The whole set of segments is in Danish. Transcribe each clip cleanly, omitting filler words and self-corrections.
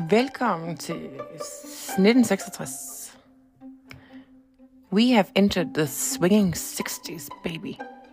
Velkommen til 1966. We have entered the swinging 60s, baby.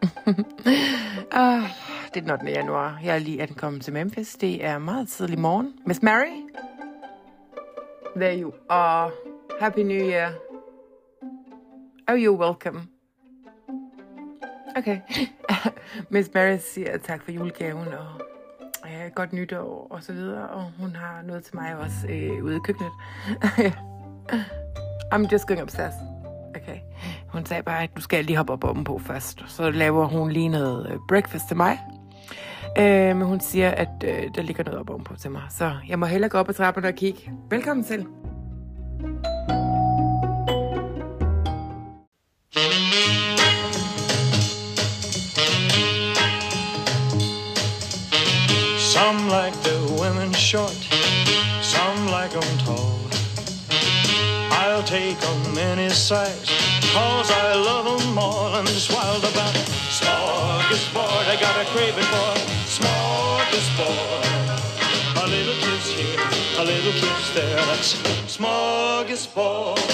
Det er den 8. januar. Jeg er lige ankommet til Memphis. Det er meget tidlig morgen. Miss Mary? There you are. Happy New Year. Oh, you're welcome. Okay. Miss Mary siger tak for julegaven og godt nytår og så videre. Og hun har noget til mig også ude i køkkenet. I'm just going upstairs. Okay. Hun sagde bare, at du skal lige hoppe op ovenpå først. Så laver hun lige noget breakfast til mig. Men hun siger, at der ligger noget op ovenpå til mig. Så jeg må hellere gå op ad trapperne og kigge. Velkommen til. Some like the women short, some like 'em tall. I'll take 'em any size, 'cause I love 'em all. I'm just wild about smorgasbord. I got a craving for smorgasbord. A little kiss here, a little kiss there, that's smorgasbord.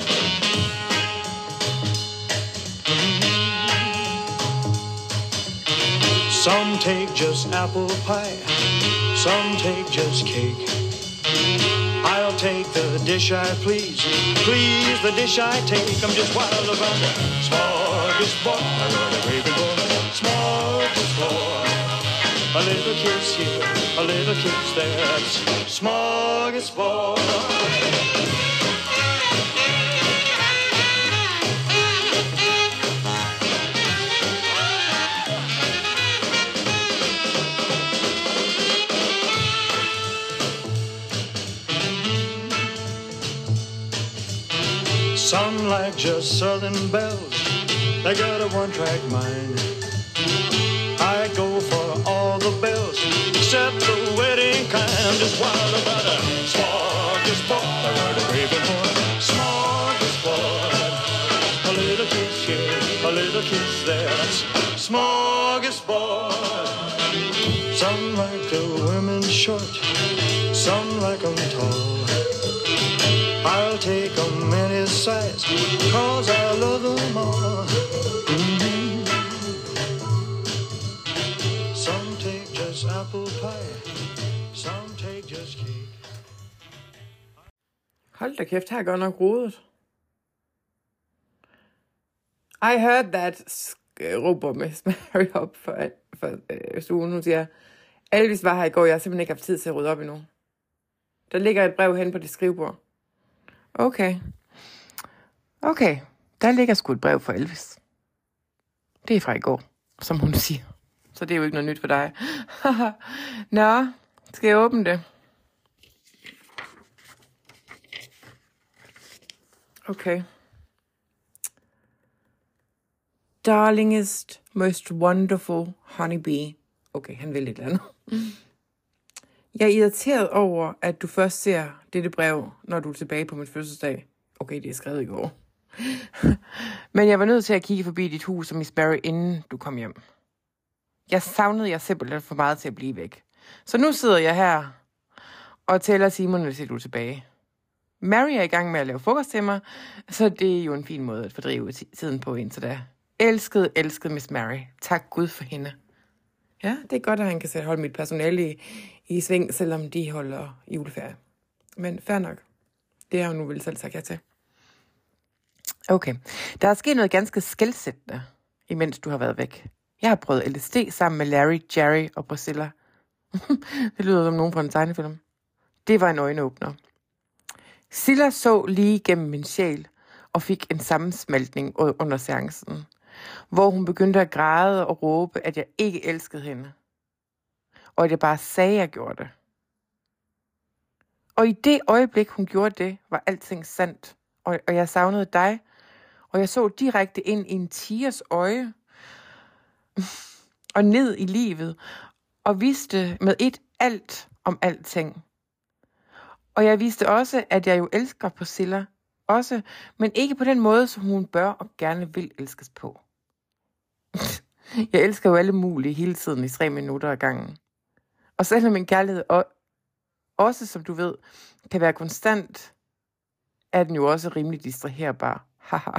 Some take just apple pie, some take just cake. I'll take the dish I please, please the dish I take. I'm just wild about the smorgasbord. I got a craving for smorgasbord. A little kiss here, a little kiss there, that's smorgasbord. Some like just Southern bells, they got a one-track mind. I go for all the bells, except the wedding kind. I'm just wild about a smorgasbord. I got a craving for a smorgasbord. A little kiss here, a little kiss there, that's smorgasbord. Some like the women short, some like 'em tall. I'll take 'em any size, 'cause I love 'em all. Mm-hmm. Some take just apple pie, some take just cake. Hold da kæft, her er godt nok rodet. I heard that, råber Miss Mary op for stuen. Hun siger, Elvis var her i går, jeg har simpelthen ikke haft tid til at rydde op endnu. Der ligger et brev hen på det skrivebord. Okay, der ligger sgu et brev for Elvis. Det er fra i går, som hun siger. Så det er jo ikke noget nyt for dig. Nå, skal jeg åbne det? Okay. Darlingest, most wonderful honeybee. Okay, han vil et eller andet. Jeg er irriteret over, at du først ser dette brev, når du er tilbage på min fødselsdag. Okay, det er skrevet i går. Men jeg var nødt til at kigge forbi dit hus og Miss Barry, inden du kom hjem. Jeg savnede jer simpelthen for meget til at blive væk. Så nu sidder jeg her og tæller timerne, til du er tilbage. Mary er i gang med at lave frokost til mig, så det er jo en fin måde at fordrive tiden på indtil da. Elskede Miss Mary. Tak Gud for hende. Ja, det er godt, at han kan holde mit personale i sving, selvom de holder juleferie. Men fair nok. Det har jeg nu vel selv sagt ja til. Okay. Der er sket noget ganske skelsættende, imens du har været væk. Jeg har prøvet LSD sammen med Larry, Jerry og Priscilla. Det lyder som nogen fra en tegnefilm. Det var en øjenåbner. Silla så lige gennem min sjæl og fik en sammensmeltning under seancen, hvor hun begyndte at græde og råbe, at jeg ikke elskede hende. Og at jeg bare sagde, at jeg gjorde det. Og i det øjeblik, hun gjorde det, var alting sandt. Og jeg savnede dig. Og jeg så direkte ind i en tigers øje. Og ned i livet. Og vidste med alt om alting. Og jeg vidste også, at jeg jo elsker Priscilla. Også, men ikke på den måde, som hun bør og gerne vil elskes på. Jeg elsker jo alle mulige hele tiden i 3 minutter ad gangen. Og selvom min kærlighed også, som du ved, kan være konstant, er den jo også rimelig distraherbar. Haha.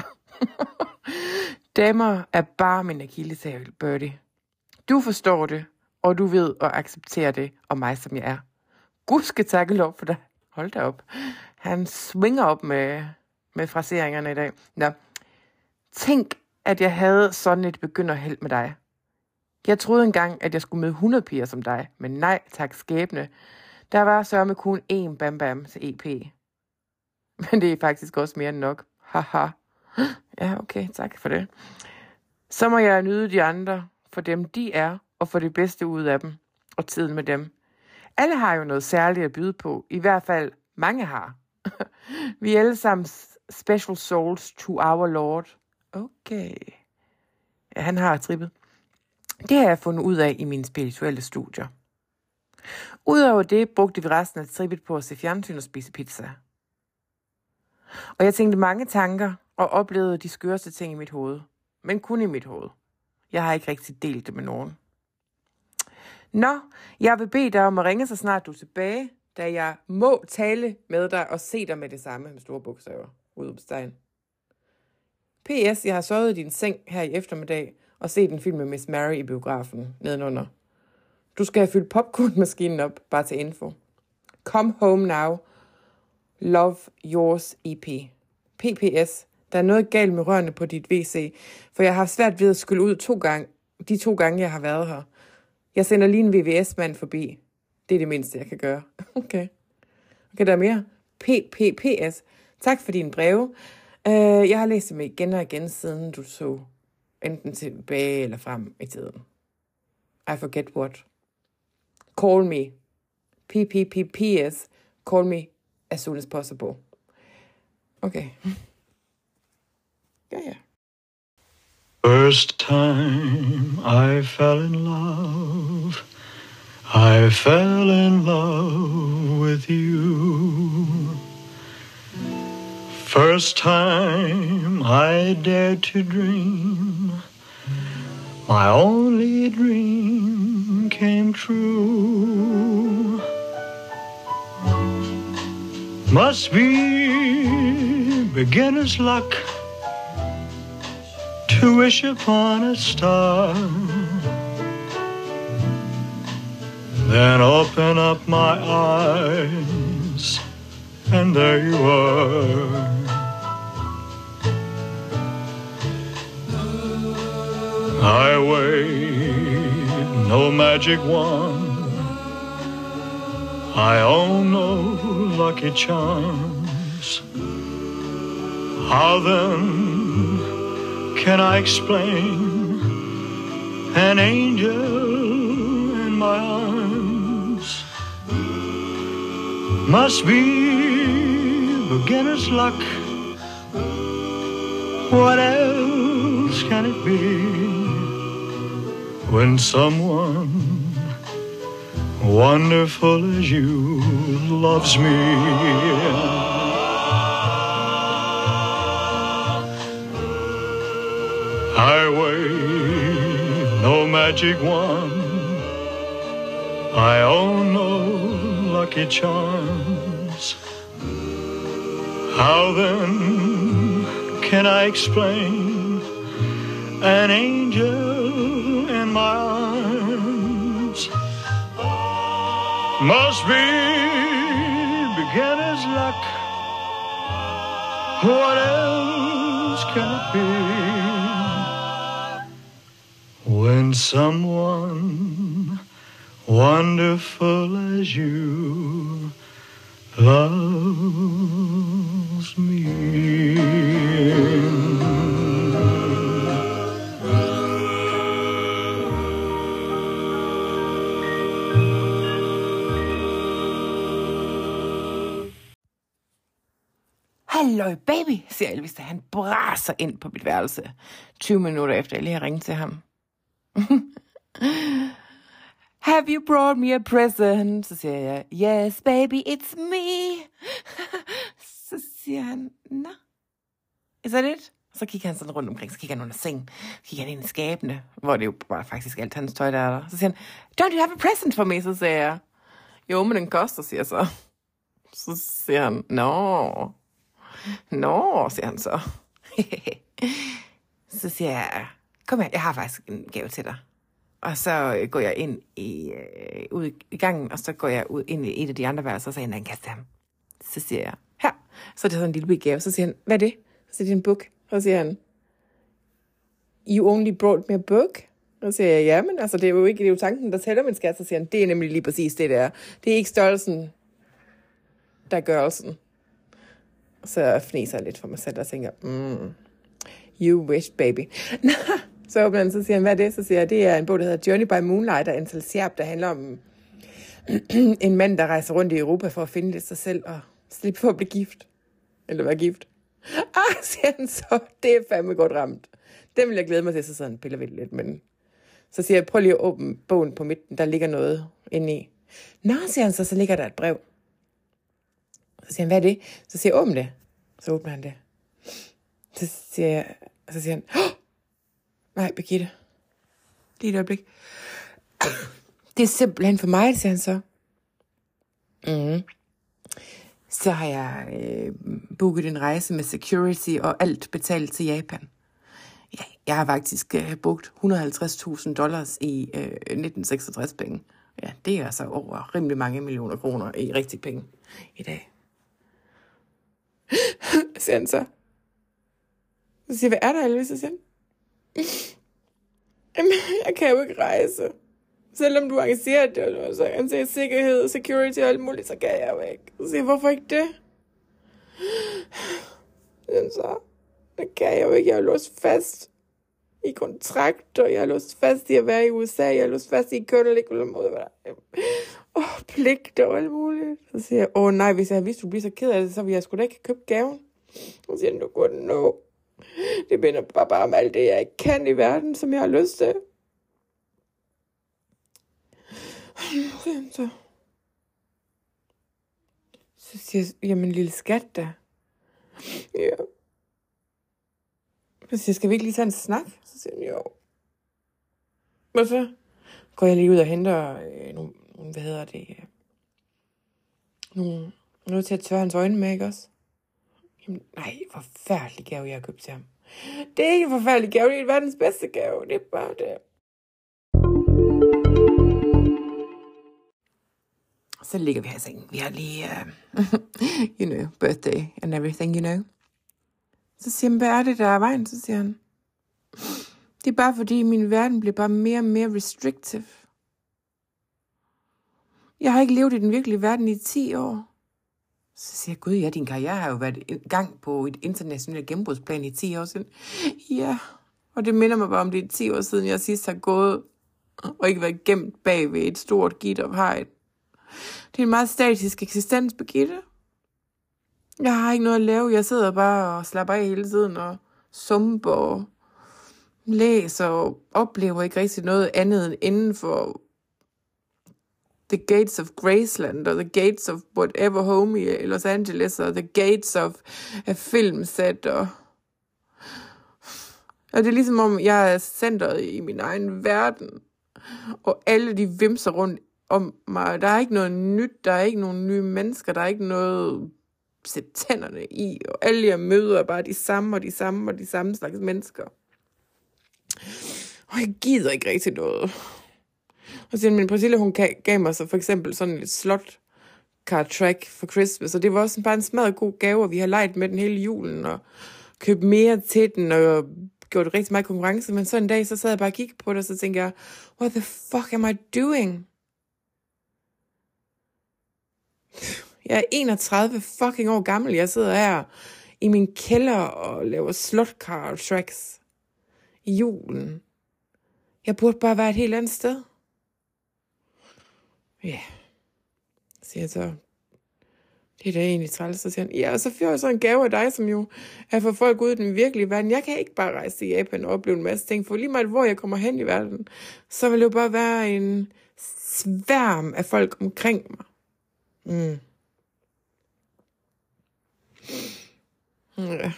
Damer er bare min akilleshæl, Birdie. Du forstår det, og du ved og accepterer det, og mig som jeg er. Gud skal takke lov for dig. Hold da op. Han svinger op med fraseringerne i dag. Nå. Tænk, at jeg havde sådan et begynderheld med dig. Jeg troede engang, at jeg skulle møde 100 piger som dig, men nej, tak skæbne. Der var sørme kun én bam bam til EP. Men det er faktisk også mere end nok. Haha. Ja, okay, tak for det. Så må jeg nyde de andre, for dem de er, og få det bedste ud af dem, og tiden med dem. Alle har jo noget særligt at byde på, i hvert fald mange har. Vi er alle sammen special souls to our Lord. Okay. Ja, han har trippet. Det har jeg fundet ud af i mine spirituelle studier. Udover det brugte vi resten af trippet på at se fjernsyn og spise pizza. Og jeg tænkte mange tanker og oplevede de skørste ting i mit hoved. Men kun i mit hoved. Jeg har ikke rigtig delt det med nogen. Nå, jeg vil bede dig om at ringe så snart du er tilbage, da jeg må tale med dig og se dig med det samme med store bogstaver. Udopstegn. P.S. Jeg har sovet i din seng her i eftermiddag og set en film med Miss Mary i biografen nedenunder. Du skal have fyldt popcornmaskinen op, bare til info. Come home now. Love yours EP. PPS. Der er noget galt med rørene på dit WC, for jeg har svært ved at skylle ud de 2 gange, jeg har været her. Jeg sender lige en VVS-mand forbi. Det er det mindste, jeg kan gøre. Okay, der er mere. PPPS. Tak for dine breve. Jeg har læst dem igen og igen, siden du så enten tilbage eller frem i tiden. I forget what. Call me. PPPPS. Call me as soon as possible. Okay. Ja. First time I fell in love, I fell in love with you. First time I dared to dream, my only dream came true. Must be beginner's luck to wish upon a star, then open up my eyes, and there you are. I wait no magic wand, I own no lucky charms. How then can I explain an angel in my arms? Must be beginner's luck. What else can it be when someone wonderful as you loves me? I wait no magic wand, I own no lucky charms. How then can I explain an angel in my arms? Must be beginner's luck. What else can it be when someone wonderful as you loves me? Halløj baby, siger Elvis, da han braser ind på mit værelse. 20 minutter efter jeg lige har ringet til ham. Have you brought me a present? Så siger jeg, yes baby, it's me. Så siger han, nå, is that it? Så kigger han sådan rundt omkring, så kigger han under sengen, så kigger han ind i skabene, hvor det jo bare faktisk alt hans tøj, der er der. Så siger han, don't you have a present for me? Så siger jeg, Jo, men den koster, siger jeg så. Så siger han, nå, siger han så. Så siger jeg, kom her, jeg har faktisk en gave til dig. Og så går jeg ind ud i gangen, og så går jeg ud ind i et af de andre værelser, og så ender en kasse til ham. Så siger jeg, her. Så er det sådan en lille gave. Så siger han, hvad er det? Så siger det en book. Så siger han, you only brought me a book? Så siger jeg, ja, men altså, det er jo tanken, der tæller, min skat. Så siger han, det er nemlig lige præcis det der. Det er ikke størrelsen, der er gørelsen. Så fniser jeg lidt for mig selv og tænker, you wish, baby. Så åbner han, så siger han, hvad er det? Så siger jeg, det er en bog, der hedder Journey by Moonlight af Ansel Sharp, der handler om en mand, der rejser rundt i Europa for at finde lidt sig selv og slippe for at blive gift. Eller være gift. Siger han så, det er fandme godt ramt. Den vil jeg glæde mig til, så sådan piller vi lidt, men så siger jeg, prøv lige at åbne bogen på midten, der ligger noget inde i. Nå, siger han så ligger der et brev. Så siger han, hvad er det? Så siger jeg, åbn det. Så åbner han det. Så siger han, nej, Birgitte. Lige et øjeblik. Det er simpelthen for mig, siger han så. Så har jeg booket en rejse med security og alt betalt til Japan. Ja, jeg har faktisk brugt $150,000 i 1966 penge. Ja, det er altså over rimelig mange millioner kroner i rigtig penge i dag. Siger han så. Så siger jeg, hvad er der, Elvis? Så siger han, jamen, jeg kan jo ikke rejse. Selvom du har engageret det, så han siger sikkerhed, security og alt muligt, så kan jeg jo ikke. Så siger jeg, hvorfor ikke det? Så det kan jeg jo ikke. Jeg er låst fast i kontrakter. Jeg er låst fast i at være i USA. Jeg er låst fast i pligter og alt muligt. Så siger jeg, nej, hvis jeg vidste, du bliver så ked af det, så ville jeg sgu da ikke købe gaven. Så siger han, du kunne nå. Det minder bare om alt det, jeg ikke kan i verden, som jeg har lyst til. Så siger jeg, jamen lille skat da. Ja. Så siger jeg, skal vi ikke lige tage en snak? Så siger han, jo. Og så går jeg lige ud og henter nogle, noget til at tørre hans øjne med, ikke også? Jamen, nej, forfærdelig gave, jeg har købt til ham. Det er ikke en forfærdelig gave, det er verdens bedste gave. Det er bare det. Så ligger vi her i sengen. Vi har lige, birthday and everything, Så siger han, hvad er det, der er vejen? Så siger han, det er bare fordi, min verden bliver bare mere og mere restrictive. Jeg har ikke levet i den virkelige verden i 10 år. Så siger jeg, gud, ja, din karriere har jo været i gang på et internationalt gennembrudsplan i 10 år siden. Ja, og det minder mig bare om det 10 år siden, jeg sidst har gået og ikke været gemt bag ved et stort gitter og hegn. Det er en meget statisk eksistens, Birgitte. Jeg har ikke noget at lave. Jeg sidder bare og slapper af hele tiden og sumper og læser og oplever ikke rigtig noget andet end inden for The Gates of Graceland og The Gates of whatever home i Los Angeles og The Gates of a filmset og det er ligesom om jeg er centret i min egen verden og alle de vimser rundt om mig. Der er ikke noget nyt, der er ikke nogen nye mennesker, der er ikke noget sætte tænderne i, og alle jeg møder er bare de samme slags mennesker. Og jeg gider ikke rigtig noget. Og så min Priscilla, hun gav mig så for eksempel sådan et slot car track for Christmas, og det var også bare en smadret god gave, og vi har leget med den hele julen, og købt mere til den, og gjort rigtig meget konkurrence, men så en dag, så sad jeg bare og kiggede på det, og så tænkte jeg, what the fuck am I doing? Jeg er 31 fucking år gammel. Jeg sidder her i min kælder og laver slotcar tracks i julen. Jeg burde bare være et helt andet sted. Ja, siger jeg så. Det er da egentlig træls, så siger han. Ja, og så får jeg så en gave af dig, som jo er for folk ude i den virkelige verden. Jeg kan ikke bare rejse til Japan og opleve en masse ting, for lige meget hvor jeg kommer hen i verden, så vil det jo bare være en sværm af folk omkring mig. Ja.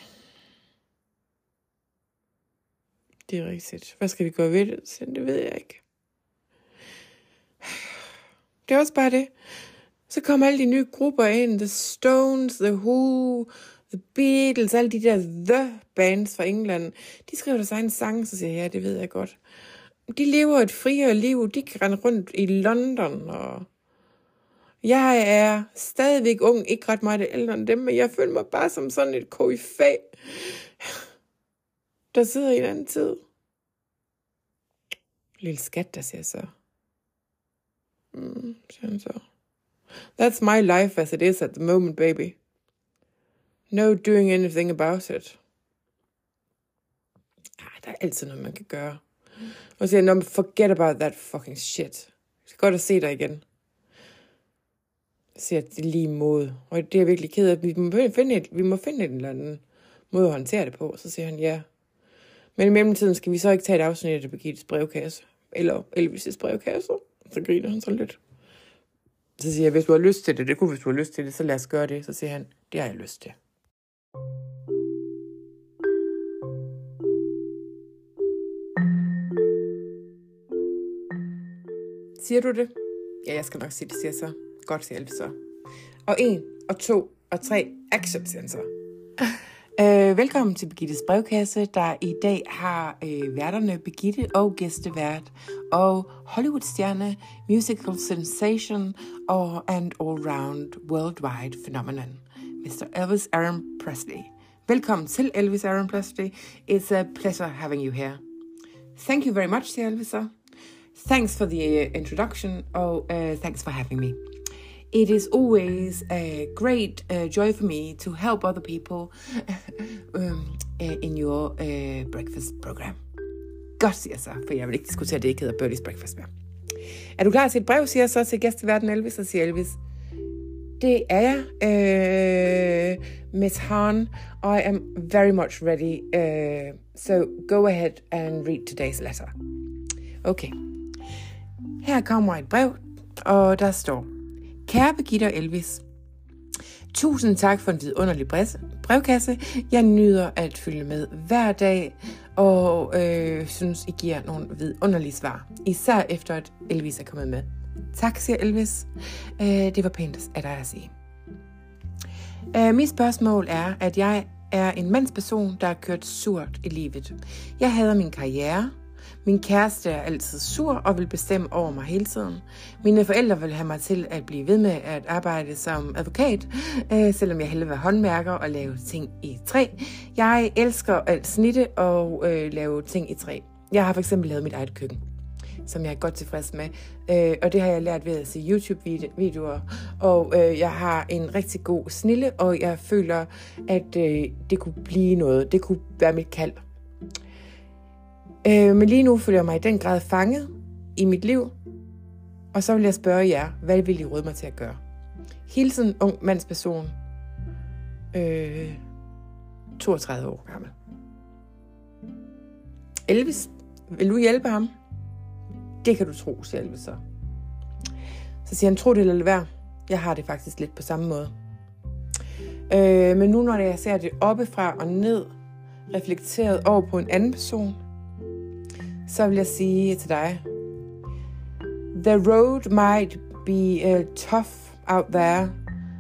Det er rigtigt. Hvad skal vi gøre ved det? Det ved jeg ikke. Det er også bare det. Så kom alle de nye grupper ind, The Stones, The Who, The Beatles, alle de der The bands fra England. De skriver deres egen sang, så siger jeg, ja, det ved jeg godt. De lever et friere liv, de kan rende rundt i London, og jeg er stadigvæk ung, ikke ret meget ældre end dem, men jeg føler mig bare som sådan et koryfæ, der sidder i en anden tid. Lille skat, der siger så. Siger så. That's my life as it is at the moment, baby. No doing anything about it. Der er altid noget, man kan gøre. Og så siger jeg, forget about that fucking shit. Det er godt at se dig igen. Jeg siger, det er lige mod. Og det er virkelig ked af, at vi må finde en eller anden måde at håndtere det på. Så siger han, ja. Men i mellemtiden skal vi så ikke tage et afsnit af Birgittes brevkasse. Eller Elvis' brevkasse. Så griner han så lidt. Så siger jeg, hvis du har lyst til det, hvis du har lyst til det, så lad os gøre det. Så siger han, det har jeg lyst til. Siger du det? Ja, jeg skal nok sige det, siger så. Godt, siger Elvis så. Og 1, og 2, og 3, action, siger han så. Velkommen til Birgittes brevkasse, der i dag har værterne Birgitte og gæstevært og Hollywood-stjerne, musical sensation og and all-round worldwide phenomenon, Mr. Elvis Aaron Presley. Velkommen til Elvis Aaron Presley. It's a pleasure having you here. Thank you very much, siger Elvis så. Thanks for the introduction, thanks for having me. It is always a great joy for me to help other people in your breakfast program. Godt, siger så, for jeg vil ikke diskutere, at det ikke hedder Birdie's Breakfast mere. Er du klar til et brev, siger så til gæsteverden Elvis, og siger Elvis, det er jeg, Miss Hahn. I am very much ready, so go ahead and read today's letter. Okay. Her kommer et brev, og der står, kære Birgitte og Elvis, tusind tak for en vidunderlig brevkasse. Jeg nyder at følge med hver dag, og synes, I giver nogle vidunderlige svar. Især efter, at Elvis er kommet med. Tak, siger Elvis. Det var pænt af dig at sige. Mit spørgsmål er, at jeg er en mandsperson, der har kørt surt i livet. Jeg hader min karriere. Min kæreste er altid sur og vil bestemme over mig hele tiden. Mine forældre vil have mig til at blive ved med at arbejde som advokat, selvom jeg hellere vil være håndværker og lave ting i træ. Jeg elsker at snitte og lave ting i træ. Jeg har for eksempel lavet mit eget køkken, som jeg er godt tilfreds med. Og det har jeg lært ved at se YouTube-videoer. Og jeg har en rigtig god snille, og jeg føler, at det kunne blive noget. Det kunne være mit kald. Men lige nu føler jeg mig i den grad fanget i mit liv. Og så vil jeg spørge jer, hvad vil I råde mig til at gøre? Hilsen ung mandsperson. 32 år gammel. Elvis, vil du hjælpe ham? Det kan du tro, siger Elvis så. Så siger han, tro det eller lad være. Jeg har det faktisk lidt på samme måde. Men nu når jeg ser det oppefra og ned, reflekteret over på en anden person, så vil jeg sige til dig, the road might be tough out there.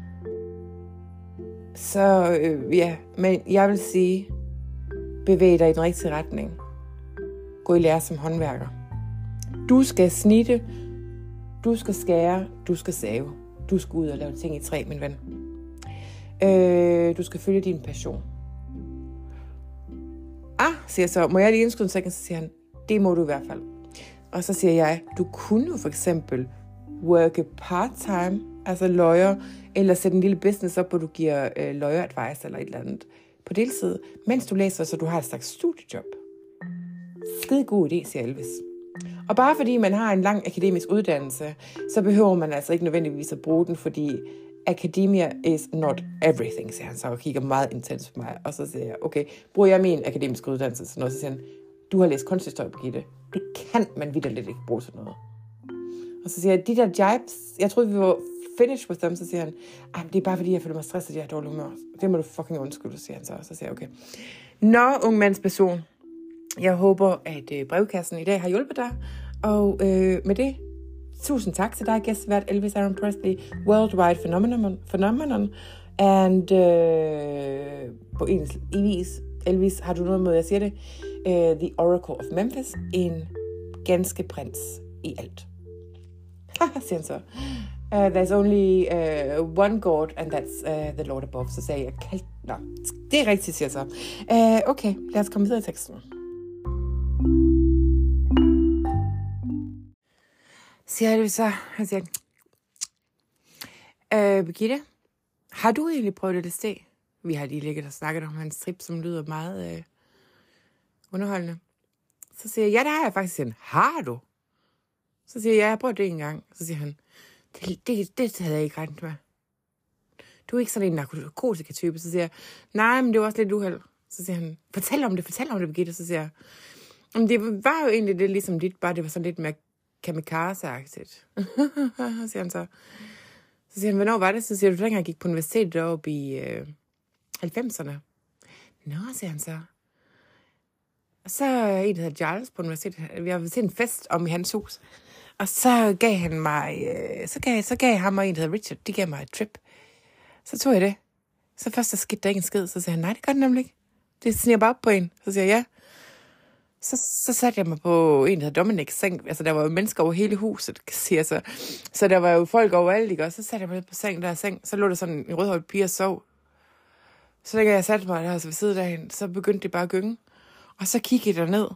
Så ja, men jeg vil sige, bevæg dig i den rigtige retning. Gå i lære som håndværker. Du skal snitte, du skal skære, du skal save. Du skal ud og lave ting i træ, min ven. Du skal følge din passion. Siger så, må jeg lige indskyde en second, så siger han, det må du i hvert fald. Og så siger jeg, du kunne jo for eksempel worke part-time, altså lawyer, eller sætte en lille business op, hvor du giver lawyer advice eller et eller andet på deltid, mens du læser, så du har et slags studiejob. Skide god idé, siger Elvis. Og bare fordi man har en lang akademisk uddannelse, så behøver man altså ikke nødvendigvis at bruge den, fordi academia is not everything, siger han så, og kigger meget intens på mig. Og så siger jeg, okay, bruger jeg min akademiske uddannelse til noget? Så siger han, du har læst kunsthistorie, Birgitte. Det kan man vitterligt ikke bruge til noget. Og så siger jeg, de der jibes, jeg troede, vi var finished with them. Så siger han, det er bare fordi, jeg føler mig stresset, jeg har dårlig humør. Det må du fucking undskylde, siger han så. Og så siger jeg, okay. Nå, ung mandsperson. Jeg håber, at brevkassen i dag har hjulpet dig. Og med det, tusind tak til dig, gæstvært Elvis Aaron Presley, worldwide phenomenon. And på engelsk, Elvis, har du noget med, jeg siger det, The Oracle of Memphis, en ganske prins i alt. Siger han så. There's only one God, and that's the Lord above. Så sagde jeg, nå, det er rigtigt, siger så. Okay, lad os komme videre i teksten. Siger det så, han siger, Birgitte, har du egentlig prøvet LSD? Vi har lige ligget og snakket om hans trip, som lyder meget underholdende. Så siger jeg, ja, det har jeg faktisk. Siger han, har du? Så siger jeg, ja, jeg har prøvet det en gang. Så siger han, det havde jeg ikke regnet med. Du er ikke sådan en narkotika-type. Så siger jeg, nej, men det var også lidt uheld. Så siger han, fortæl om det, Birgitte. Så siger jeg, men det var jo egentlig det ligesom dit, bare det var sådan lidt mere kamikaze-agtigt. siger han så. Så siger han, hvornår var det? Så siger du, dengang jeg gik på universitetet deroppe i 90'erne. Nå, siger han så. Og så en, der hedder Giles på universitetet. Vi har været til en fest om i hans hus. Og så gav han mig, så gav ham og en, der hedder Richard, de gav mig et trip. Så tog jeg det. Så først der skete der ikke en skid. Så siger han, nej, det gør det nemlig ikke. Det sniger bare op på en. Så siger jeg, ja. Så satte jeg mig på en, der hedder Dominics seng. Altså, der var jo mennesker over hele huset, siger jeg så. Så der var jo folk overalt, ikke? Og så satte jeg mig ned på sengen. Så lå der sådan en rødhåret pige og sov. Så da jeg satte mig der ved siden af hende, så begyndte det bare at gynge. Og så kiggede jeg ned.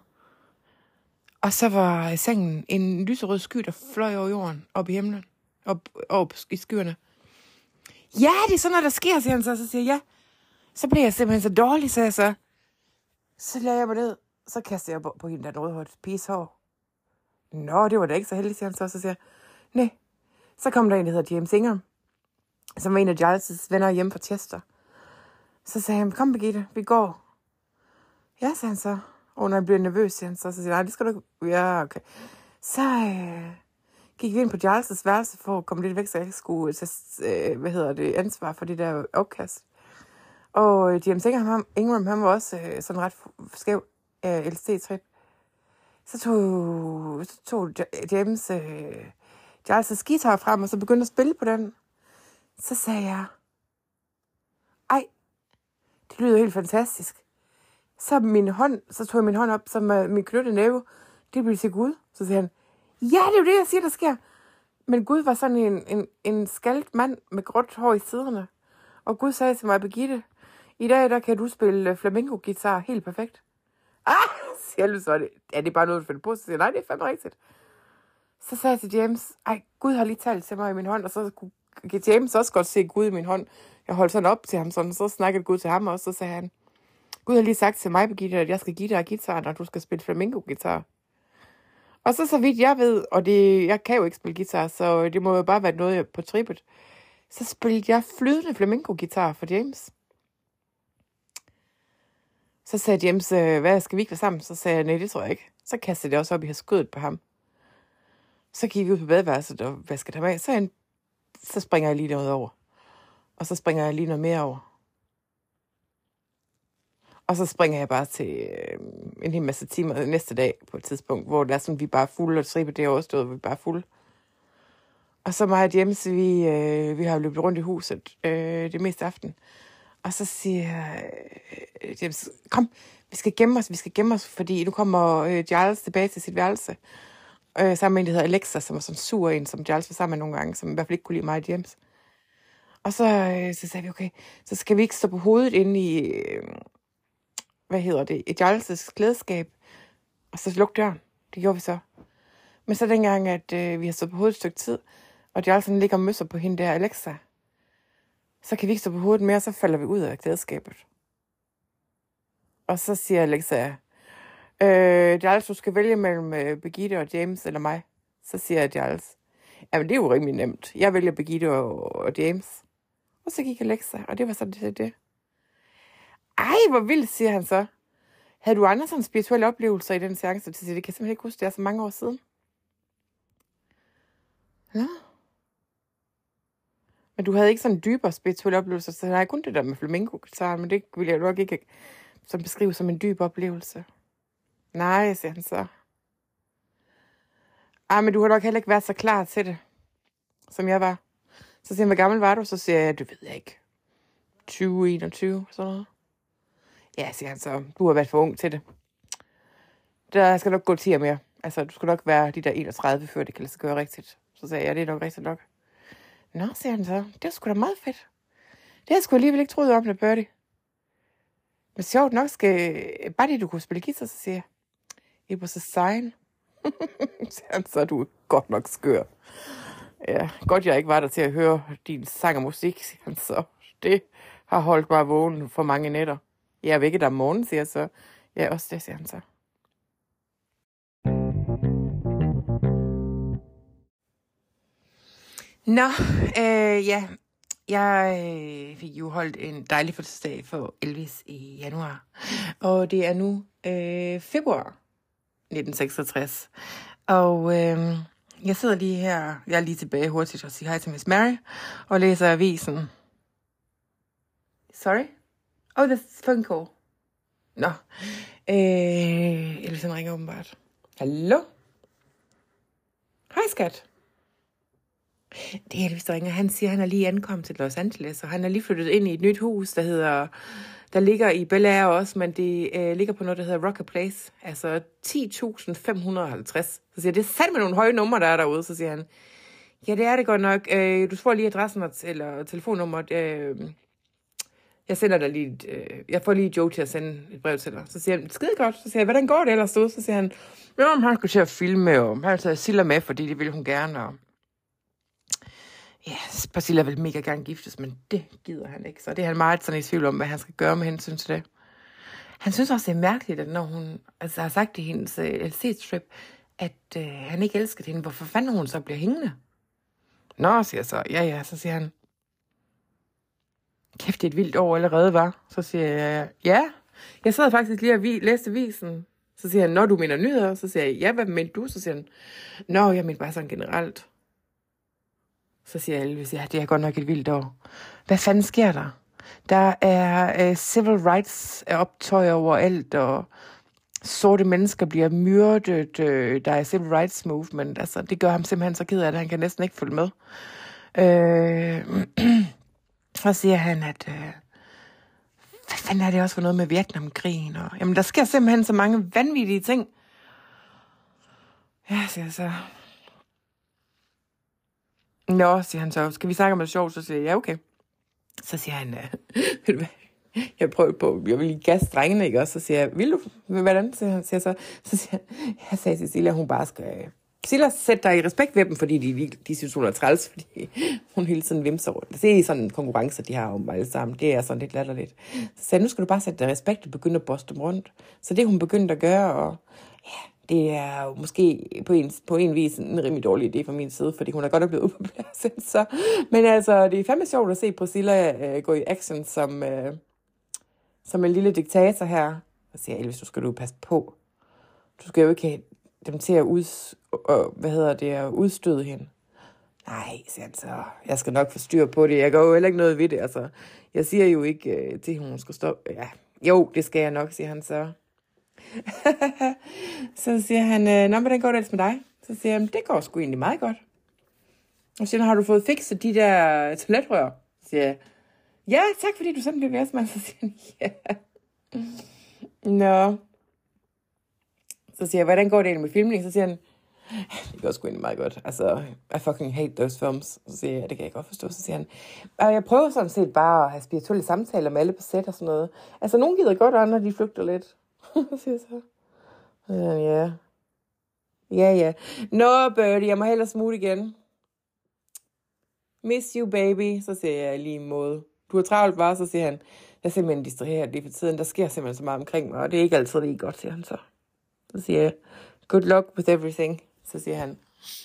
Og så var i sengen en lyserød sky, der fløj over jorden, op i himlen, op i skyerne. Ja, det er sådan noget, der sker, siger han så. Så siger jeg, ja. Så blev jeg simpelthen så dårlig, sagde jeg så. Så lagde jeg mig ned. Så kastede jeg på hende, der rødhårede piges hår. Nå, det var da ikke så heldigt, siger han så. Så siger jeg, nej. Så kom der en, der hedder James Ingram, som var en af Giles' venner hjemme fra Chester. Så sagde han, kom Birgitte, vi går. Ja, sagde han så. Og når jeg bliver nervøs, siger han så. Så siger jeg, nej, det skal du ikke. Ja, okay. Så gik vi ind på Giles' værelse for at komme lidt væk, så jeg ikke skulle tage, ansvar for det der opkast. Og James Ingram, han var også sådan ret skæv LSD-trip. Så tog James Giles' guitar frem, og så begyndte at spille på den. Så sagde jeg, ej, det lyder helt fantastisk. Så tog jeg min hånd op, så min knyttede næve, det blev til Gud. Så siger han, ja, det er jo det, jeg siger, der sker. Men Gud var sådan en skaldt mand med gråt hår i siderne. Og Gud sagde til mig, Birgitte, i dag der kan du spille flamenco-guitar helt perfekt. Siger jeg, så er det bare noget, du finder på? Så siger jeg, nej, det er fandme rigtigt. Så sagde jeg til James, ej, Gud har lige talt til mig i min hånd, og så kunne James også godt se Gud i min hånd. Jeg holdt sådan op til ham, sådan, så snakkede Gud til ham, og så sagde han, Gud har lige sagt til mig, Birgitte, at jeg skal give dig guitar, når du skal spille flamenco-guitar. Og så vidt jeg ved, og jeg kan jo ikke spille guitar, så det må jo bare være noget på trippet, så spillede jeg flydende flamenco-guitar for James. Så sagde James, hvad skal vi ikke være sammen? Så sagde jeg, nej, det tror jeg ikke. Så kastede det også op i skødet på ham. Så gik vi ud på badeværelset og vaskede ham af. Så springer jeg lige noget over. Og så springer jeg lige noget mere over. Og så springer jeg bare til en hel masse timer næste dag på et tidspunkt, hvor det er sådan, vi bare er fulde, og trippet det er overstået, vi er bare fulde. Og så mig og James, vi har løbet rundt i huset det meste aften. Og så siger James, kom, vi skal gemme os, fordi nu kommer Giles tilbage til sit værelse. Sammen med en, der hedder Alexa, som var sådan sur en, som Giles var sammen med nogle gange, som i hvert fald ikke kunne lide mig og James. Og så sagde vi, okay, så skal vi ikke stå på hovedet inde i, i Giles' klædeskab, og så lukke døren. Det gjorde vi så. Men så dengang, at vi har stået på hovedet et stykke tid, og Giles ligger og møsser på hende der, Alexa, så kan vi ikke stå på hovedet mere, så falder vi ud af klædeskabet. Og så siger Alexa, Giles, du skal vælge mellem Birgitte og James eller mig. Så siger Giles, jamen det er jo rimelig nemt. Jeg vælger Birgitte og James. Og så gik Alexa, og det var så det. Ej, hvor vildt, siger han så. Havde du andre sådan spirituelle oplevelser i den seance? Det kan jeg simpelthen ikke huske, det er så mange år siden. Ja. Men du havde ikke sådan dybere spirituelle oplevelser, så nej, kun det der med flamenco-guitar, men det ville jeg nok ikke som beskrive som en dyb oplevelse. Nej, siger han så. Men du har nok heller ikke været så klar til det, som jeg var. Så siger han, hvor gammel var du? Så siger jeg, det ved jeg ikke. 20, 21, sådan noget. Ja, siger han så, du har været for ung til det. Der skal nok gå 10 år mere. Altså, du skal nok være de der 31, før det kan lade sig gøre rigtigt. Så sagde jeg, ja, det er nok rigtigt nok. Nå, siger han så, det er sgu da meget fedt. Det har jeg sgu alligevel ikke troet om, det Birdie. Men sjovt nok bare det, du kunne spille guitar, så siger jeg, it was a sign. Siger han så, du er godt nok skør. Ja, godt jeg ikke var der til at høre din sang og musik, siger han så. Det har holdt mig vågen for mange nætter. Jeg er vækket om morgenen, siger jeg så. Ja, også det, siger han så. Nå, ja. Jeg fik jo holdt en dejlig fødselsdag for Elvis i januar. Og det er nu februar 1966. Og jeg sidder lige her, jeg er lige tilbage hurtigt og siger hej til Miss Mary, og læser avisen. Sorry? Oh, that's phone call. Nå. Elvis ringer åbenbart. Hallo? Hej skat. Det er Elvis, der ringer. Han siger, han er lige ankommet til Los Angeles, og han er lige flyttet ind i et nyt hus, der ligger i Bel Air også, men det ligger på noget, der hedder Rocker Place. Altså 10.550. Så siger jeg, det er sandt med nogle høje numre, der er derude. Så siger han, ja, det er det godt nok. Du får lige adressen eller telefonnummeret. Jeg sender dig lige jeg får lige Joe til at sende et brev til dig. Så siger han, skide godt. Så siger jeg, hvordan går det ellers ud? Så siger han, jo, han skal til at filme, og han har taget Silla med, fordi det vil hun gerne, og ja, Priscilla vil mega gerne giftes, men det gider han ikke. Så det er han meget sådan i tvivl om, hvad han skal gøre med hensyn til det. Han synes også, det er mærkeligt, at når hun har sagt i hendes LC-strip, at han ikke elskede hende, hvorfor fanden hun så bliver hængende? Nå, siger jeg så. Ja, så siger han, kæft, det er et vildt år allerede, var. Så siger jeg, ja. Jeg sad faktisk lige og læste avisen. Så siger han, når du mener nyheder, så siger jeg, ja, hvad mener du? Så siger han, nå, jeg mener bare sådan generelt. Så siger Elvis, ja, det er godt nok et vildt år. Hvad fanden sker der? Der er civil rights optøjer overalt, og sorte mennesker bliver myrdet. Der er civil rights movement. Altså, det gør ham simpelthen så ked af, at han kan næsten ikke følge med. Så siger han, at hvad fanden er det også for noget med Vietnamkrigen? Og, jamen, der sker simpelthen så mange vanvittige ting. Ja, siger jeg så. Nå, siger han så, skal vi snakke om det sjovt? Så siger jeg, ja, okay. Så siger han, ved du hvad, jeg vil lige gasse drengene, ikke også? Så siger jeg, vil du, hvordan? Så siger han, jeg sagde til Cecilia, hun bare skal, Cecilia, sæt dig i respekt ved dem, fordi de synes, hun er træls, fordi hun hele tiden vimser rundt. Det er sådan en konkurrence, de har om alle sammen. Det er sådan lidt latterligt. Så sagde jeg, nu skal du bare sætte dig i respekt og begynde at boste dem rundt. Så det hun begyndte at gøre, og ja, det er jo måske på en vis en rimelig dårlig idé fra min side, fordi hun er godt nok blevet upopulær. Så. Men altså, det er fandme sjovt at se Priscilla gå i action som en lille diktator her. Og siger Elvis, du skal du passe på. Du skal jo ikke have dem til at udstøde hende. Nej, siger han så. Jeg skal nok få styr på det. Jeg gør jo heller ikke noget ved det. Altså, jeg siger jo ikke til, hun skal stoppe. Ja, jo, det skal jeg nok, siger han så. Så siger han, nå, hvordan går det med dig? Så siger han, det går sgu egentlig meget godt. Og så siger han, har du fået fikset de der toiletrør? Så siger jeg, ja, tak fordi du sådan bliver værtsmand. Så siger han, ja. Nå. Så siger jeg, hvordan går det egentlig med filmning? Så siger han, det går sgu egentlig meget godt. Altså, I fucking hate those films. Så siger jeg, det kan jeg godt forstå. Så siger han, og jeg prøver sådan set bare at have spirituelle samtaler med alle på sæt og sådan noget. Altså, nogen gider godt, og andre de flygter lidt. Så siger jeg så. Ja. Ja. Nå, Birdie, jeg må hellere smutte igen. Miss you, baby. Så siger jeg lige imod. Du har travlt bare, så siger han. Jeg er simpelthen distraheret lige for tiden. Der sker simpelthen så meget omkring mig, og det er ikke altid lige godt, siger han så. Så siger jeg, good luck with everything. Så siger han,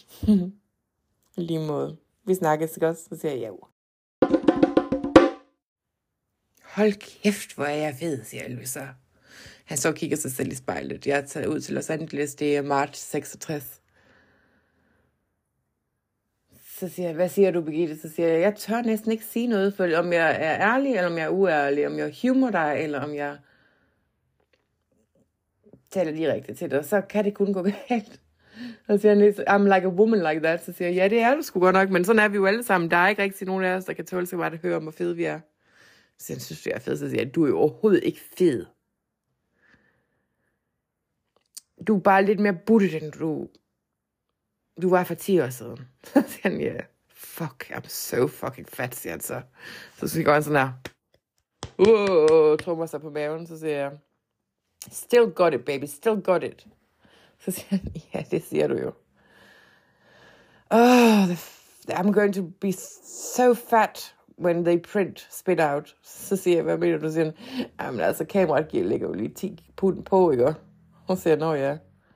lige måde. Vi snakkes, ikke også? Så siger jeg, ja. Hold kæft, hvor er jeg fed, siger Elvis så. Han så kigger sig selv i spejlet. Jeg er taget ud til Los Angeles, det er marts 66. Så siger jeg, hvad siger du, Birgitte? Så siger jeg tør næsten ikke sige noget, for om jeg er ærlig, eller om jeg er uærlig, om jeg humor dig, eller om jeg taler direkte til dig, så kan det kun gå galt. Og så siger han, I'm like a woman like that. Så siger jeg, ja, det er du sgu godt nok, men sådan er vi jo alle sammen. Der er ikke rigtig nogen af os, der kan tåle sig bare at høre om, hvor fede vi er. Så siger han, synes du, jeg er fed? Så siger jeg, du er jo overhovedet ikke fed. Du er bare lidt mere buttet, end du var for 10 år siden. Så siger han, ja, fuck, I'm so fucking fat, siger han så. Så går han sådan her, trummer sig på maven, så siger jeg, still got it, baby, still got it. Så siger han, ja, det siger du jo. I'm going to be so fat when they print spit out. Så siger jeg, hvad mener du? Så siger han, jamen altså, kameraet ligger jo lige 10 pund på, ikke? Og så siger jeg, nå ja.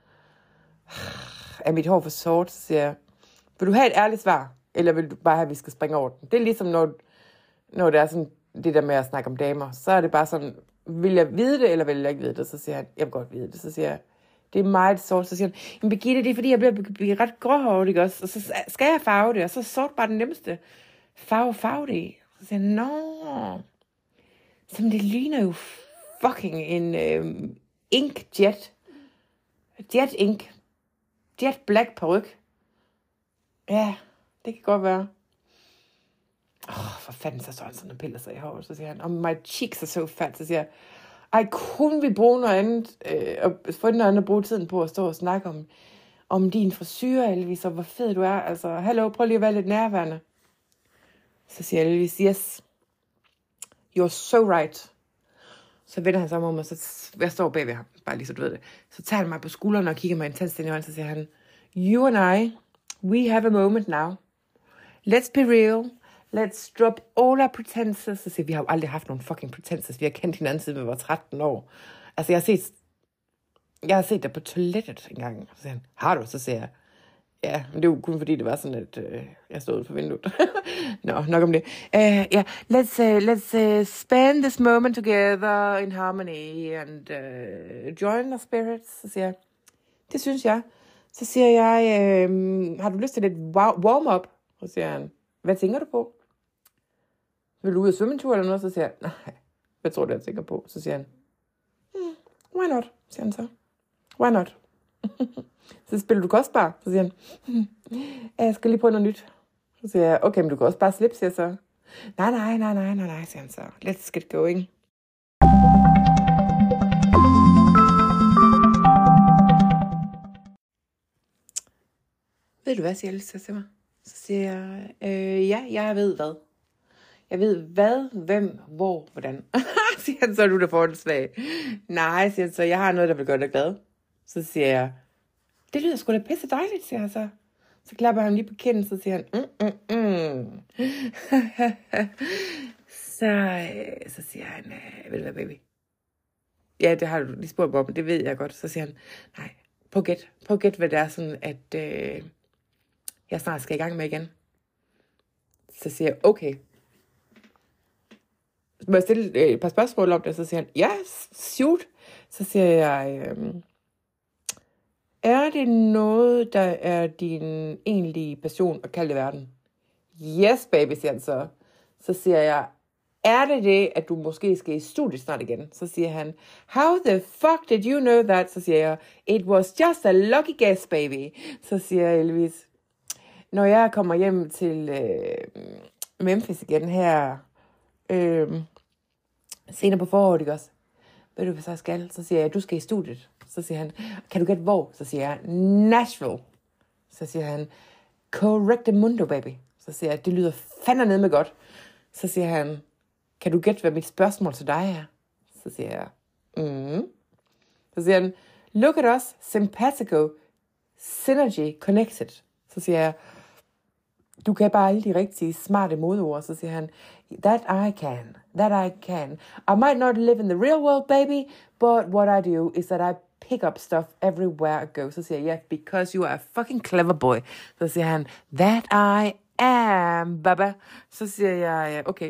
Er mit hår for sort? Så siger jeg, vil du have et ærligt svar? Eller vil du bare have, at vi skal springe over den? Det er ligesom, når det er sådan, det der med at snakke om damer. Så er det bare sådan, vil jeg vide det, eller vil jeg ikke vide det? Så siger han, jeg vil godt vide det. Så siger jeg, det er meget sort. Så siger han, men Birgitte, det er fordi, jeg bliver ret gråhåret, ikke også? Og så skal jeg farve det, og så er sort bare den nemmeste farve det i. Så siger han, nå. Som det ligner jo fucking en ink jet. Jet ink. Jet black peruk. Ja, det kan godt være. For fanden, så står han sådan og piller sig i håret. Så siger han, my cheeks are so fat. Så siger jeg, ej, kunne vi bruge noget andet, og få noget andet at bruge tiden på at stå og snakke om din frisyr, Elvis, og hvor fed du er. Altså, hallo, prøv lige at være lidt nærværende. Så siger Elvis, yes, you're so right. Så vender han sig om, og så jeg står bagved ham, bare lige så du ved det. Så tager han mig på skulderen og kigger mig intenst ind i øjnene, så siger han, you and I, we have a moment now. Let's be real. Let's drop all our pretenses. Så siger vi har jo aldrig haft nogen fucking pretenses. Vi har kendt hinanden siden vi var 13 år. Altså, jeg har set dig på toilettet en gang. Så siger han, har du? Så siger jeg, ja, men det er jo kun fordi, det var sådan, at jeg stod ude på vinduet. Nå, nok om det. Yeah, let's spend this moment together in harmony and join our spirits. Så siger jeg, det synes jeg. Så siger jeg, har du lyst til lidt warm-up? Så siger han, hvad tænker du på? Vil du ud og svømme en tur eller noget? Så siger jeg, nej, hvad tror du, jeg tænker på? Så siger han, why not? Siger han så. Why not? Så spiller du kostbar? Så siger han, jeg skal lige prøve noget nyt. Så siger jeg, okay, men du kan også bare slippe, siger jeg så. Nej, siger han så. Let's get going. Ved du hvad, siger Alice til mig? Så siger jeg, ja, jeg ved hvad. Jeg ved hvad, hvem, hvor, hvordan. Siger han, så er du der får den svag. Nej, siger han så, jeg har noget, der vil gøre dig glad. Så siger jeg, det lyder sgu da pisse dejligt, siger han så. Så klapper han lige på kinden, så siger han, Så siger han, ved du hvad, baby? Ja, det har du lige spurgt mig om, det ved jeg godt. Så siger han, nej, prøv gæt, hvad det er sådan, at jeg snart skal i gang med igen. Så siger jeg, okay. Må jeg stille et par spørgsmål om det? Så siger han, ja, shoot. Så siger jeg, er det noget, der er din egentlige passion at kalde det verden? Yes, baby, siger han så. Så siger jeg, er det, at du måske skal i studiet snart igen? Så siger han, how the fuck did you know that? Så siger jeg, it was just a lucky guess, baby. Så siger jeg, Elvis, når jeg kommer hjem til Memphis igen her senere på foråret, ikke også? Ved du, hvad så skal? Så siger jeg, du skal i studiet. Så siger han, kan du gætte hvor? Så siger jeg, Nashville. Så siger han, correct mundo, baby. Så siger jeg, det lyder fandme ned med godt. Så siger han, kan du gætte, hvad mit spørgsmål til dig er? Så siger jeg, Så siger han, look at us, simpatico, synergy, connected. Så siger jeg, du kan bare alle de rigtige smarte modeord. Så siger han, that I can. I might not live in the real world, baby, but what I do is that I pick up stuff everywhere I go. Så siger jeg, yeah, because you are a fucking clever boy. Så siger han, that I am, baba. Så siger jeg, okay,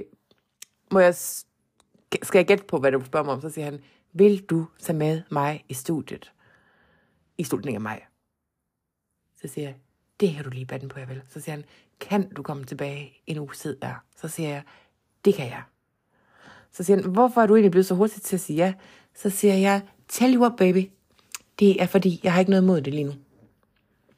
skal jeg gætte på, hvad du spørger mig om? Så siger han, vil du tage med mig i studiet? I slutningen af maj. Så siger jeg, det har du lige banden på, jeg vil. Så siger han, kan du komme tilbage en uge tid der? Så siger jeg, det kan jeg. Så siger han, hvorfor er du egentlig blevet så hurtigt til at sige ja? Så siger jeg, tell you what, baby. Det er fordi, jeg har ikke noget imod det lige nu.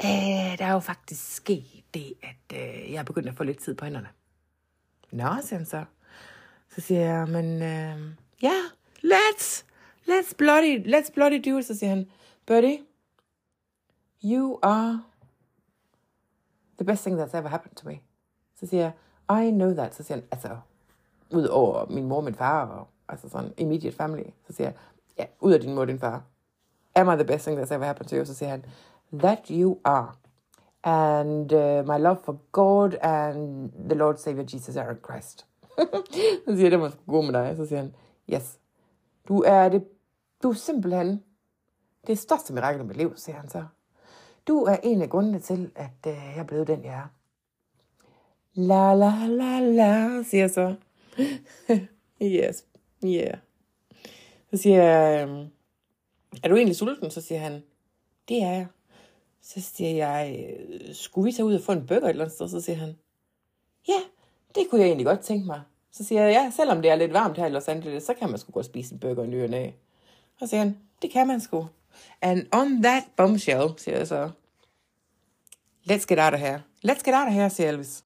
Der er jo faktisk sket det, at jeg er begyndt at få lidt tid på hænderne. Nå, siger han så. Så siger jeg, men ja, let's bloody do it. Så siger han, Birdie, you are the best thing that's ever happened to me. Så siger jeg, I know that. Så siger han, altså, ud over min mor og min far, og altså sådan immediate family. Så siger jeg, ja, ud af din mor og din far. Am I the best thing that's ever happened to you? Så siger han, that you are. And my love for God and the Lord Savior Jesus our Christ. Så siger jeg, det var sgu god med dig. Så siger han, yes. Du er simpelthen det største mirakel i mit liv, siger han så. Du er en af grundene til, at jeg er blevet den, jeg er. La la la la, siger jeg så. Yes, yeah. Så siger jeg, er du egentlig sulten? Så siger han, det er jeg. Så siger jeg, skulle vi så ud og få en burger et eller andet sted? Så siger han, ja, det kunne jeg egentlig godt tænke mig. Så siger jeg, ja, selvom det er lidt varmt her i Los Angeles, så kan man sgu godt spise en burger i ny og næ. Så siger han, det kan man sgu. And on that bombshell, siger jeg så, let's get out of here. Let's get out of here, siger Elvis.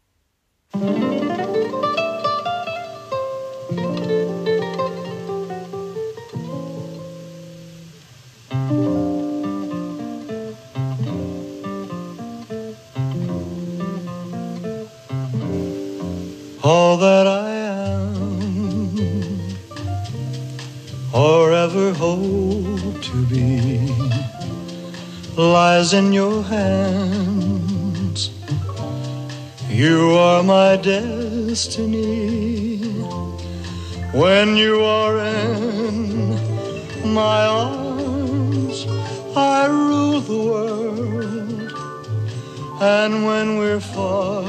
All that I am, or ever hope to be, lies in your hands. You are my destiny. When you are in my arms, I rule the world. And when we're far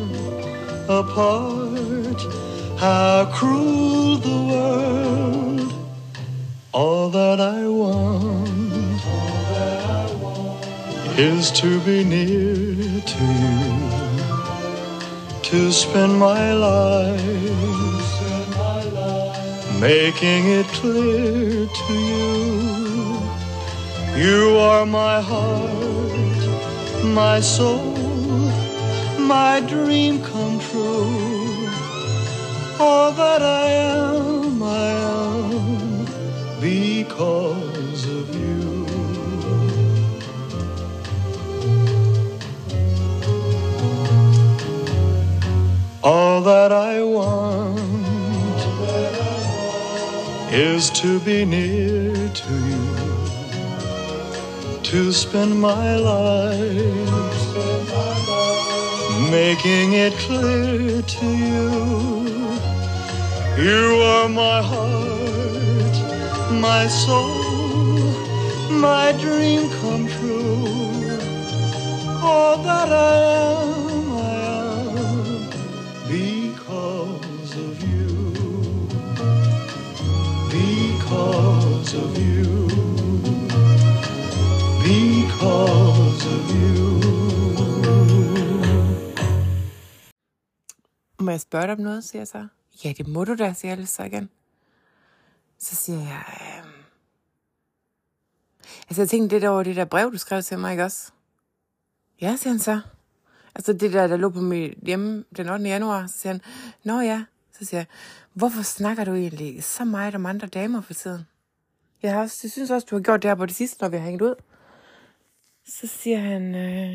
apart, how cruel the world. All that I want is to be near to you, to spend my life making it clear to you. You are my heart, my soul, my dream come true. All that I am because of you. All that I want is to be near to you, to spend my life making it clear to you. You are my heart, my soul, my dream come true. All that I am because of you, because of you, because of you. Må jeg spørge dig om noget, siger jeg så. Ja, det må du da, siger jeg så igen. Så siger jeg, altså jeg tænkte lidt over det der brev, du skrev til mig, ikke også? Ja, siger han så. Altså det der lå på mit hjemme den 8. januar, så siger han, nå ja. Så siger jeg, hvorfor snakker du egentlig så meget om andre damer for tiden? Jeg synes også, du har gjort det her på det sidste, når vi har hængt ud. Så siger han,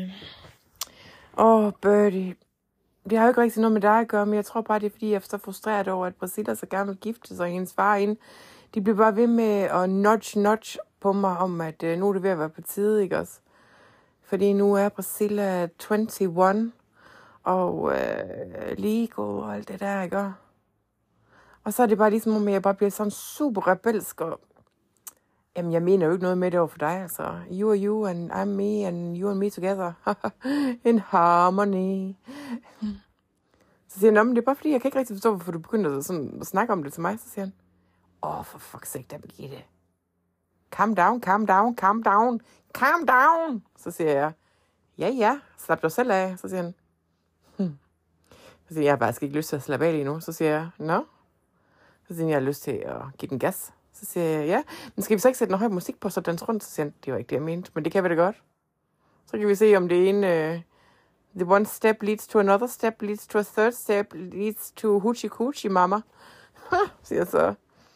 Birdie, det har jo ikke rigtig noget med dig at gøre, men jeg tror bare, det er fordi, jeg er så frustreret over, at Priscilla så gerne vil gifte sig, og hendes far ind. De bliver bare ved med at nudge på mig om, at nu er det ved at være på tide, ikke også? Fordi nu er Priscilla 21, og legal og alt det der, ikke? Og så er det bare ligesom, om jeg bare bliver sådan super rebelsk, og jamen, jeg mener jo ikke noget med det over for dig, altså. You are you, and I'm me, and you and me together. In harmony. Så siger han, men det er bare fordi, jeg kan ikke rigtig forstå, hvorfor du begynder sådan at snakke om det til mig. Så siger han, for fuck's sake, da Birgitte. Calm down, calm down, calm down, calm down. Så siger jeg, ja, slap dig selv af. Så siger han, Så siger jeg har faktisk ikke lyst til at slappe af lige nu. Så siger jeg, nå. Så siger jeg har lyst til at give den gas. Så siger jeg, ja, men skal vi så ikke sætte noget høj musik på, så danse rundt? Så siger han, det var ikke det, jeg mente, men det kan vi da godt. Så kan vi se, om det ene... the one step leads to another step, leads to a third step, leads to hoochie coochie, mama. Siger så.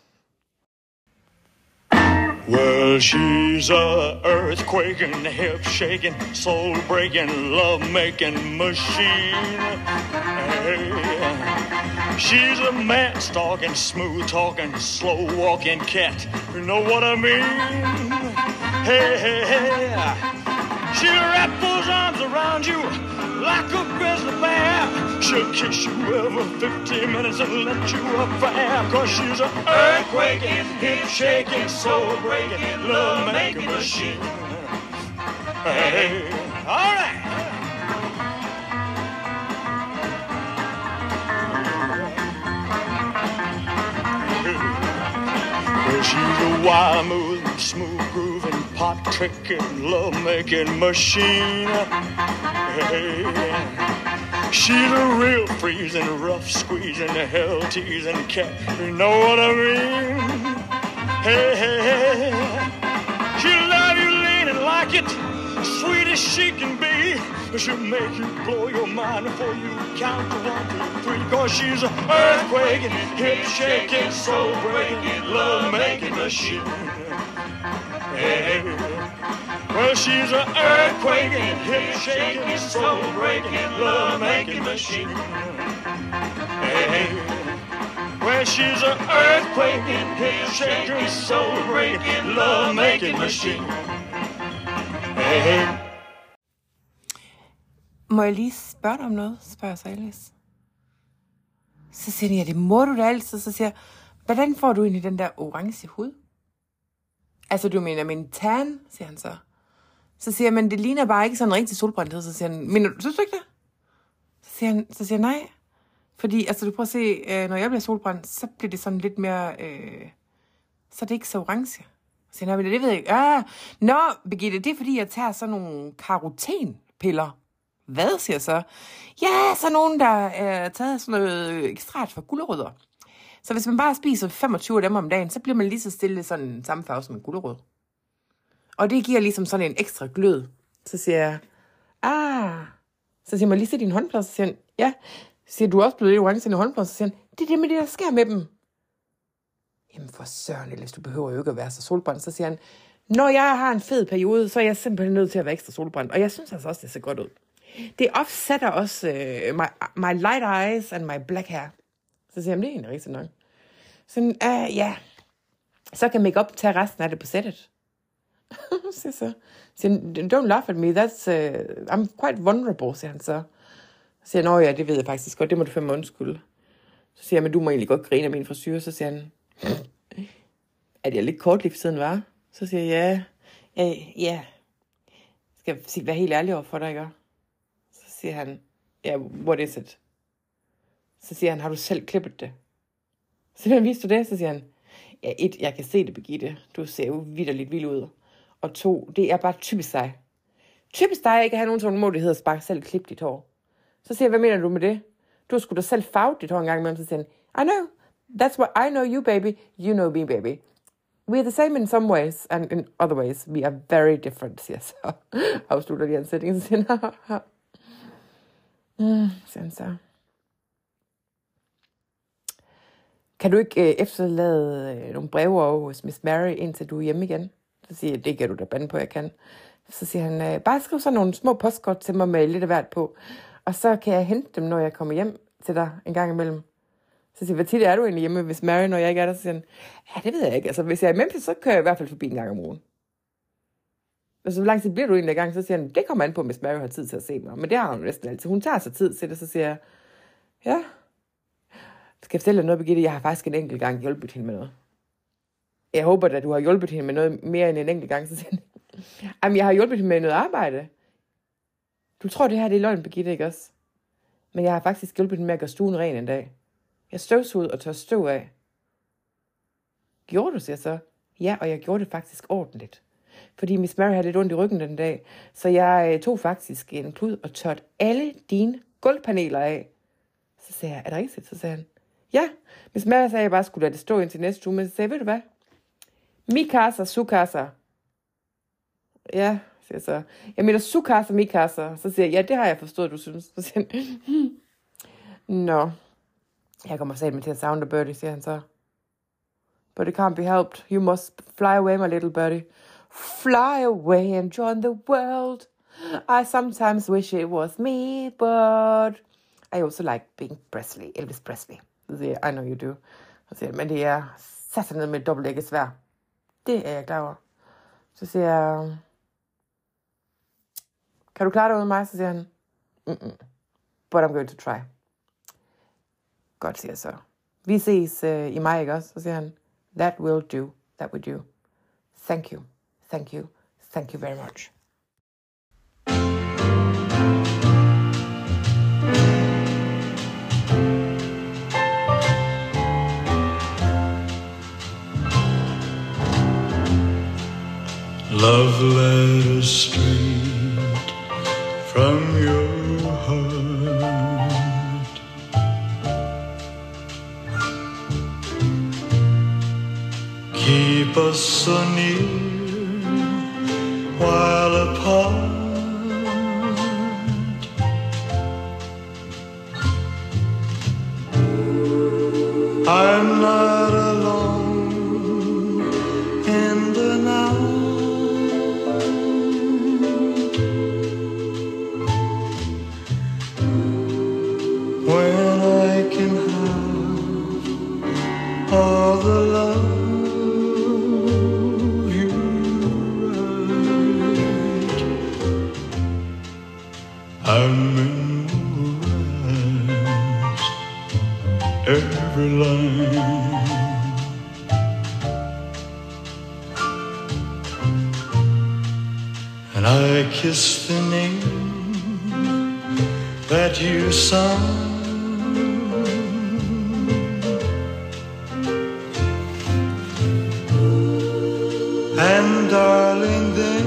Well, she's a earthquaking, hip-shaking, soul-breaking, love-making machine. Hey, she's a man-stalking, smooth-talking, slow-walking cat. You know what I mean? Hey, hey, hey. She'll wrap those arms around you like a grizzly bear. She'll kiss you every 15 minutes and let you up fire. Cause she's an earthquaking, hip-shaking, soul-breaking, love-making machine. Hey, all right. Well, she's a wild, moving, smooth-grooving, pot-tricking, love-making machine. Hey, she's a real freezing, rough squeezing, hell teasing cat. You know what I mean? Hey, hey, hey. She'll love you leaning like it, sweet as she can be. She'll make you blow your mind before you count to 1, 2, 3. Cause she's an earthquaking, hip-shaking, soul-breaking, love-making machine. Hey, well, she's an earthquaking, hip-shaking, soul-breaking, love-making machine. Hey, well, she's an earthquaking, hip-shaking, soul-breaking, love-making machine. Hey. Må jeg lige spørge dig om noget? Spørger så Alice. Så siger de, ja, det må du da altid. Så siger jeg, hvordan får du egentlig den der orange hud? Altså, du mener min tan, siger han så. Så siger jeg, men det ligner bare ikke sådan rigtig solbrændthed. Så siger han, men synes du ikke det? Så siger jeg, nej. Fordi, altså, du prøver at se, når jeg bliver solbrændt, så bliver det sådan lidt mere, så er det ikke så orange. Så siger jeg, nej, men det ved jeg ikke. Nå, Birgitte, det er fordi, jeg tager sådan nogle karotenpiller. Hvad, siger jeg så? Ja, så nogen, der er taget sådan noget ekstrat fra gulerødder. Så hvis man bare spiser 25 af dem om dagen, så bliver man lige så stille sådan samme farve som en gulerod. Og det giver ligesom sådan en ekstra glød. Så siger jeg, så siger man lige se din håndplade, så siger han, ja. Så siger du er også blevet lidt orange i din håndplade, så siger han, det er det med det, der sker med dem. Jamen for søren, Alice, du behøver jo ikke at være så solbrændt. Så siger han, når jeg har en fed periode, så er jeg simpelthen nødt til at være ekstra solbrændt. Og jeg synes altså også, det ser godt ud. Det offsetter også my light eyes and my black hair. Så siger han, det er egentlig rigtig nok. Så ja, så kan make-up tage resten af det på sættet. Så siger don't laugh at me, that's, I'm quite vulnerable, siger han så. Så siger han, ja, det ved jeg faktisk godt, det må du fandme undskylde. Så siger jeg, men du må egentlig godt grine af min frisyr. Så siger han, at jeg lidt kort lige for tiden var. Så siger jeg, ja. Skal jeg være helt ærlig over for dig, ikke? Så siger han, ja, what is it? Så siger han, har du selv klippet det? Så siger han, viste du det? Så siger han, ja, 1, jeg kan se det, Birgitte. Du ser jo vitterligt vild ud. Og 2, det er bare typisk dig. Typisk dig ikke at have nogen tålmodighed at bare selv klippe dit hår. Så siger jeg, hvad mener du med det? Du har sgu da selv farvet dit hår en gang imellem. Så siger han, I know. That's what I know you, baby. You know me, baby. We are the same in some ways, and in other ways, we are very different, siger jeg så. Afslutter de ansætningen, så siger han, så. Kan du ikke efterlade nogle breve over hos Miss Mary, indtil du er hjemme igen? Så siger jeg, det kan du da bande på, jeg kan. Så siger han, bare skriv sådan nogle små postkort til mig med lidt af hvert på, og så kan jeg hente dem, når jeg kommer hjem til dig en gang imellem. Så siger jeg, hvor tit er du egentlig hjemme hvis Mary, når jeg ikke er der? Så siger han, ja, det ved jeg ikke. Altså, hvis jeg er i Memphis, så kører jeg i hvert fald forbi en gang om ugen. Altså, hvor lang tid bliver du egentlig i gang? Så siger han, det kommer an på, hvis Mary har tid til at se mig. Men det har hun næsten altid. Hun tager sig tid til det, så siger jeg, ja. Skal jeg fortælle dig noget, Birgitte? Jeg har faktisk en enkelt gang hjulpet hende med noget. Jeg håber at du har hjulpet hende med noget mere end en enkelt gang. Så siger han, jamen, jeg har hjulpet hende med noget arbejde. Du tror, det her det er løgn, Birgitte, ikke også? Men jeg har faktisk hjulpet hende med at gøre stuen ren en dag. Jeg støvsugede og tør støv af. Gjorde du, siger så? Ja, og jeg gjorde det faktisk ordentligt. Fordi Miss Mary havde lidt ondt i ryggen den dag. Så jeg tog faktisk en klud og tørte alle dine gulvpaneler af. Så sagde jeg, er det rigtigt? Så sagde han, ja. Miss Mary sagde, at jeg bare skulle lade det stå indtil næste uge. Men så sagde jeg, ved du hvad? Mi casa, su casa. Ja, siger så. Jeg mener Sukasa Mikasa. Så siger jeg, ja, det har jeg forstået, du synes. Så siger han, nå. Jeg kommer selv med til at savne dig, Birdie, siger han så. But it can't be helped. You must fly away, my little birdie. Fly away and join the world. I sometimes wish it was me, but I also like being Elvis Presley. Så siger jeg, I know you do. Så siger jeg, men det er sat ned med et dobbeltægget sværd. Det er jeg klar over. Så siger jeg, kan du klare dig uden mig? Så siger han, but I'm going to try. Godt, siger jeg så. Vi ses i maj, ikke også? Så siger han, that will do. That will do. Thank you. Thank you. Thank you very much. Love letters straight from your heart. Keep us so near while apart. I'm not alone in the night. When I can have all the love you write, I memorize every line. And I kiss the name that you signed. And darling, then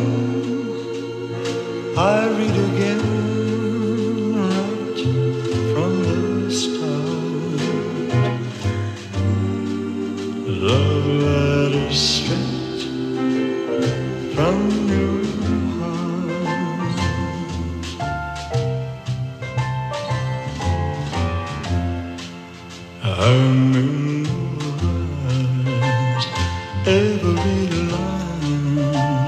I read again right from the start. Love letters straight from your heart. I memorize every line.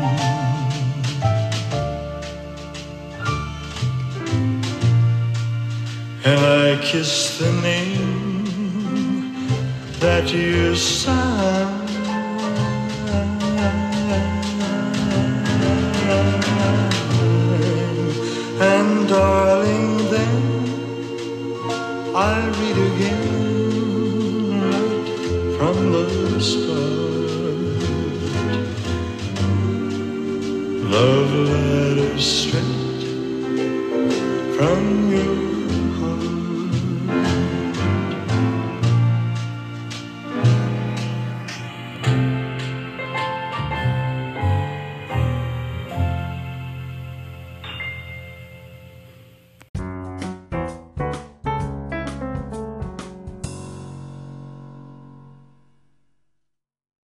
And I kiss the name that you signed. And darling, then I read again right from the start. Love letters straight from you.